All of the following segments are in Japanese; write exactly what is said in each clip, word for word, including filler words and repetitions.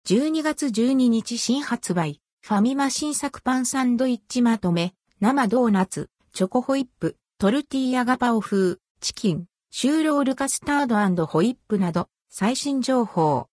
じゅうにがつじゅうににち新発売、ファミマ新作パンサンドイッチまとめ、生ドーナツ、チョコホイップ、トルティーヤガパオ風、チキン、シューロールカスタード&ホイップなど、最新情報。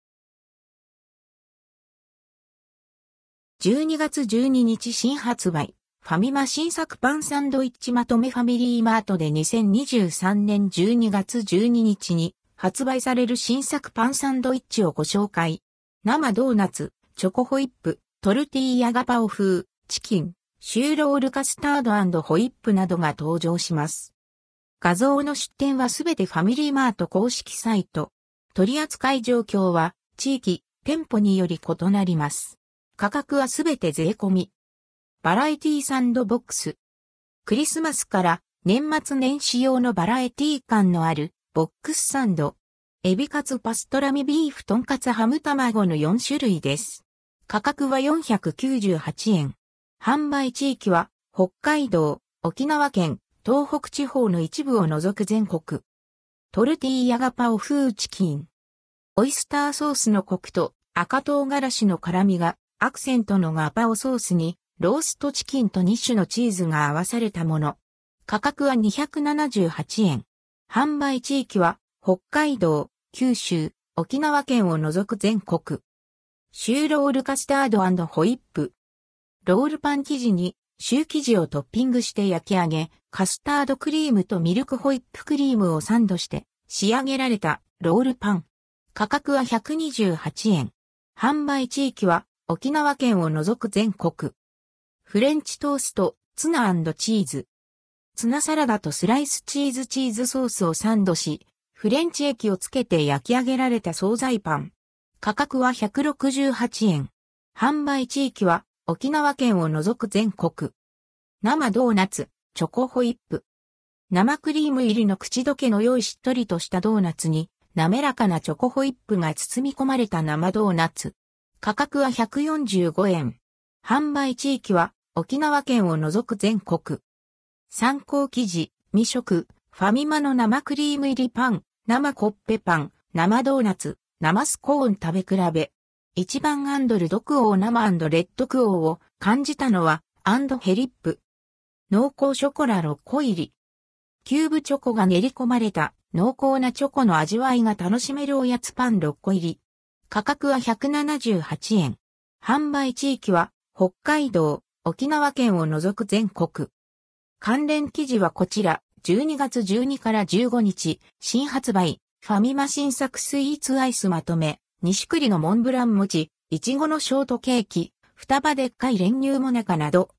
じゅうにがつじゅうににち新発売、ファミマ新作パンサンドイッチまとめファミリーマートでにせんにじゅうさんねんじゅうにがつじゅうににちに発売される新作パンサンドイッチをご紹介。生ドーナツ、チョコホイップ、トルティーヤガパオ風、チキン、シューロールカスタード&ホイップなどが登場します。画像の出展はすべてファミリーマート公式サイト。取扱い状況は地域、店舗により異なります。価格はすべて税込み。バラエティサンドボックス。クリスマスから年末年始用のバラエティ感のあるボックスサンド。エビカツパストラミビーフとんかつハム卵のよんしゅるいです。価格はよんひゃくきゅうじゅうはちえん。販売地域は北海道、沖縄県、東北地方の一部を除く全国。トルティーヤガパオ風チキン。オイスターソースのコクと赤唐辛子の辛みがアクセントのガパオソースにローストチキンとに種のチーズが合わされたもの。価格はにひゃくななじゅうはちえん。販売地域は北海道、九州、沖縄県を除く全国。シューロールカスタード&ホイップ。ロールパン生地にシュー生地をトッピングして焼き上げ、カスタードクリームとミルクホイップクリームをサンドして仕上げられたロールパン。価格はひゃくにじゅうはちえん。販売地域は沖縄県を除く全国。フレンチトースト、ツナ&チーズ。ツナサラダとスライスチーズチーズソースをサンドし、フレンチ液をつけて焼き上げられた惣菜パン。価格はひゃくろくじゅうはちえん。販売地域は沖縄県を除く全国。生ドーナツ、チョコホイップ。生クリーム入りの口どけの良いしっとりとしたドーナツに、滑らかなチョコホイップが包み込まれた生ドーナツ。価格はひゃくよんじゅうごえん。販売地域は沖縄県を除く全国。参考生地、未食、ファミマの生クリーム入りパン。生コッペパン、生ドーナツ、生スコーン食べ比べ。一番アンドルドクオー生&レッドクオーを感じたのは、アンドヘリップ。濃厚ショコラろっこ入り。キューブチョコが練り込まれた濃厚なチョコの味わいが楽しめるおやつパンろっこ入り。価格はひゃくななじゅうはちえん。販売地域は北海道、沖縄県を除く全国。関連記事はこちら。じゅうにがつじゅうにからじゅうごにち、新発売、ファミマ新作スイーツアイスまとめ、に種栗のモンブラン餅、いちごのショートケーキ、双葉でっかい練乳もなかなど、